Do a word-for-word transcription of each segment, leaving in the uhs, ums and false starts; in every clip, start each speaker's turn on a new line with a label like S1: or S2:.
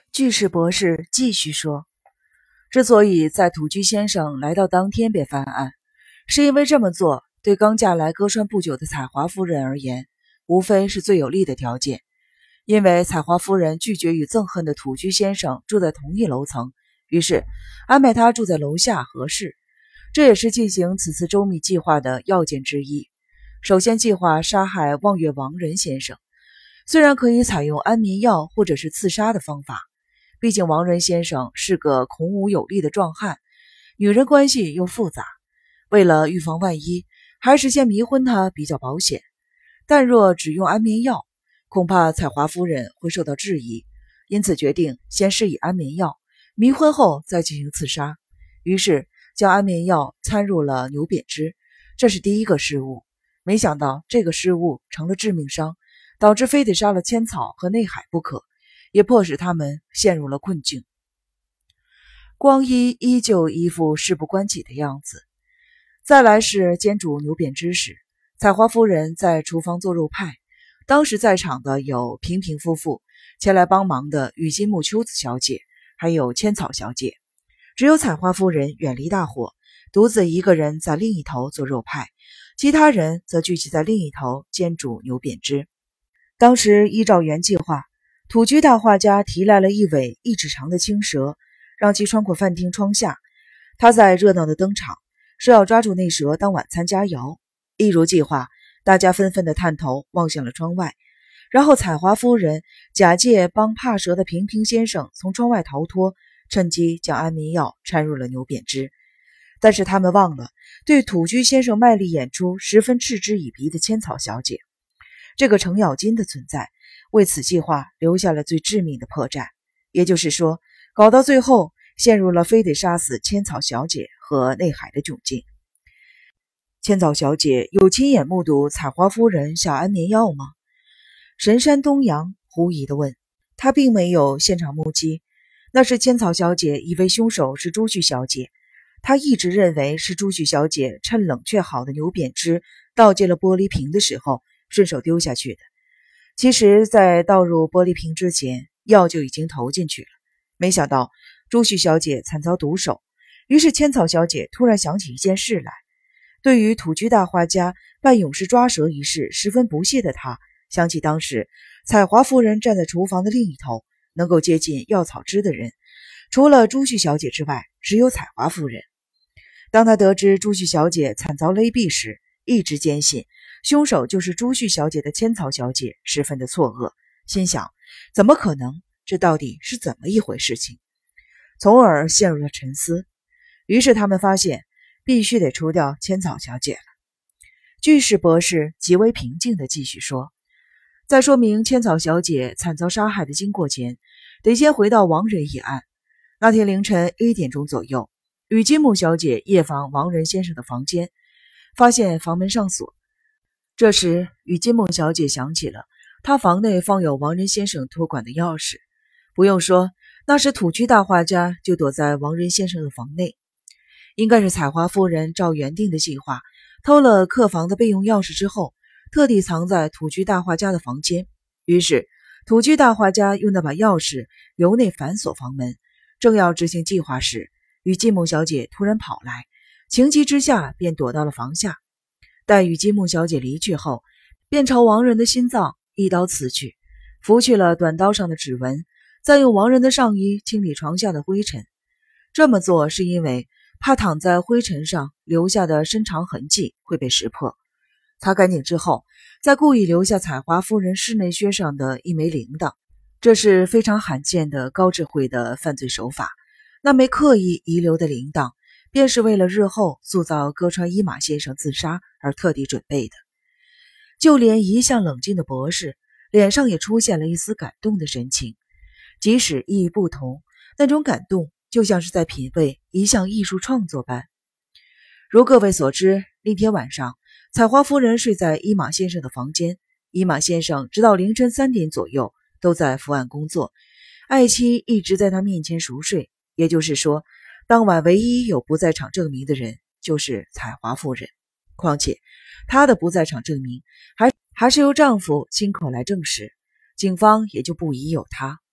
S1: 巨石博士继续说，之所以在土居先生来到当天便翻案，是因为这么做对刚嫁来歌川不久的彩华夫人而言，无非是最有利的条件。因为彩华夫人拒绝与憎恨的土居先生住在同一楼层，于是安排他住在楼下合适。这也是进行此次周密计划的要件之一。首先计划杀害望月王仁先生，虽然可以采用安眠药或者是刺杀的方法，毕竟王仁先生是个孔武有力的壮汉，女人关系又复杂，为了预防万一，还是先迷昏他比较保险。但若只用安眠药，恐怕彩华夫人会受到质疑，因此决定先施以安眠药，迷昏后再进行刺杀。于是将安眠药掺入了牛扁汁，这是第一个失误。没想到这个失误成了致命伤，导致非得杀了千草和内海不可，也迫使他们陷入了困境。光一依旧一副事不关己的样子。再来是煎煮牛扁汁时，彩华夫人在厨房做肉派，当时在场的有平平夫妇，前来帮忙的羽金木秋子小姐，还有千草小姐。只有彩华夫人远离大火，独自一个人在另一头做肉派，其他人则聚集在另一头煎煮牛扁汁。当时依照原计划，土居大画家提来了一尾一指长的青蛇，让其穿过饭厅窗下。他在热闹的登场，说要抓住那蛇当晚餐佳肴。一如计划，大家纷纷的探头望向了窗外，然后彩华夫人假借帮怕蛇的平平先生从窗外逃脱，趁机将安眠药掺入了牛扁汁。但是他们忘了对土居先生卖力演出十分嗤之以鼻的千草小姐。这个程咬金的存在为此计划留下了最致命的破绽，也就是说，搞到最后陷入了非得杀死千草小姐和内海的窘境。千草小姐有亲眼目睹彩华夫人下安眠药吗？神山东阳狐疑地问。他并没有现场目击，那是千草小姐以为凶手是朱旭小姐，他一直认为是朱旭小姐趁冷却好的牛扁汁倒进了玻璃瓶的时候顺手丢下去的。其实在倒入玻璃瓶之前，药就已经投进去了。没想到朱旭小姐惨遭毒手，于是千草小姐突然想起一件事来。对于土居大画家办勇士抓蛇一事十分不屑的她，想起当时彩华夫人站在厨房的另一头，能够接近药草汁的人除了朱旭小姐之外，只有彩华夫人。当她得知朱旭小姐惨遭勒毙时，一直坚信凶手就是朱旭小姐的千草小姐，十分的错愕，心想怎么可能，这到底是怎么一回事情，从而陷入了沉思。于是他们发现必须得除掉千草小姐了。巨石博士极为平静地继续说，在说明千草小姐惨遭杀害的经过前，得先回到王仁一案。那天凌晨一点钟左右，羽金木小姐夜访王仁先生的房间，发现房门上锁。这时羽金木小姐想起了她房内放有王仁先生托管的钥匙，不用说，那时土居大画家就躲在王仁先生的房内。应该是彩华夫人照原定的计划，偷了客房的备用钥匙之后，特地藏在土居大画家的房间。于是土居大画家用那把钥匙由内反锁房门，正要执行计划时，羽金木小姐突然跑来，情急之下便躲到了房下。待羽金木小姐离去后，便朝王仁的心脏一刀刺去，拂去了短刀上的指纹，再用王仁的上衣清理床下的灰尘。这么做是因为怕躺在灰尘上留下的深长痕迹会被识破。擦干净之后，再故意留下彩华夫人室内靴上的一枚铃铛，这是非常罕见的高智慧的犯罪手法。那枚刻意遗留的铃铛便是为了日后塑造歌川一马先生自杀而特地准备的。就连一向冷静的博士脸上也出现了一丝感动的神情，即使意义不同，那种感动就像是在品味一项艺术创作般。如各位所知，那天晚上彩华夫人睡在伊马先生的房间，伊马先生直到凌晨三点左右都在伏案工作，爱妻一直在他面前熟睡，也就是说，当晚唯一有不在场证明的人就是彩华夫人。况且她的不在场证明还还是由丈夫亲口来证实，警方也就不疑有他。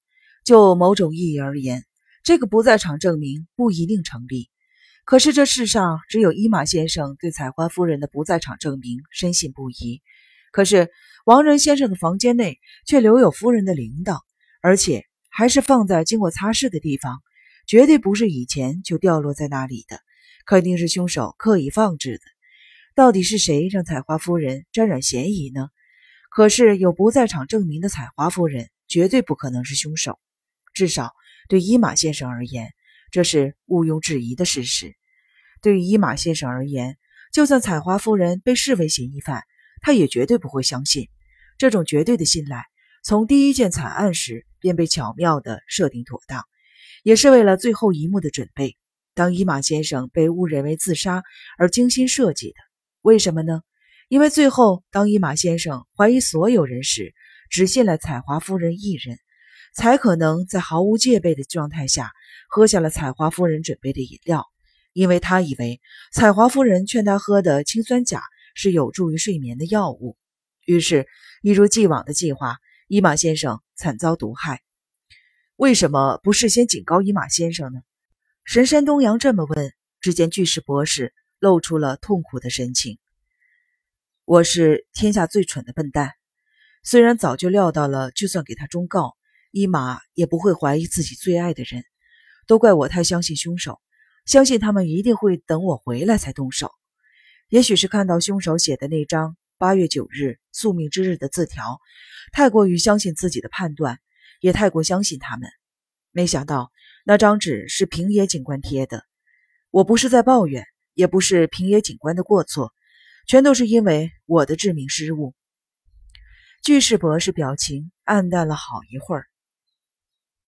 S1: 就某种意义而言，这个不在场证明不一定成立。可是这世上只有伊玛先生对采花夫人的不在场证明深信不疑。可是王仁先生的房间内却留有夫人的铃铛，而且还是放在经过擦拭的地方，绝对不是以前就掉落在那里的，肯定是凶手刻意放置的。到底是谁让采花夫人沾染嫌疑呢？可是有不在场证明的采花夫人绝对不可能是凶手，至少对伊玛先生而言，这是毋庸置疑的事实。对于伊玛先生而言，就算采花夫人被视为嫌疑犯，他也绝对不会相信。这种绝对的信赖，从第一件惨案时便被巧妙地设定妥当，也是为了最后一幕的准备。当伊玛先生被误认为自杀而精心设计的。为什么呢？因为最后当伊玛先生怀疑所有人时，只信了采花夫人一人，才可能在毫无戒备的状态下喝下了采花夫人准备的饮料，因为他以为采花夫人劝他喝的氰酸钾是有助于睡眠的药物。于是一如既往的计划，伊玛先生惨遭毒害。为什么不事先警告伊玛先生呢？神山东阳这么问，只见巨石博士露出了痛苦的神情。我是天下最蠢的笨蛋，虽然早就料到了，就算给他忠告，伊玛也不会怀疑自己最爱的人，都怪我太相信凶手，相信他们一定会等我回来才动手。也许是看到凶手写的那张八月九日宿命之日的字条，太过于相信自己的判断，也太过相信他们。没想到那张纸是平野警官贴的，我不是在抱怨，也不是平野警官的过错，全都是因为我的致命失误。巨石博士表情暗淡了好一会儿，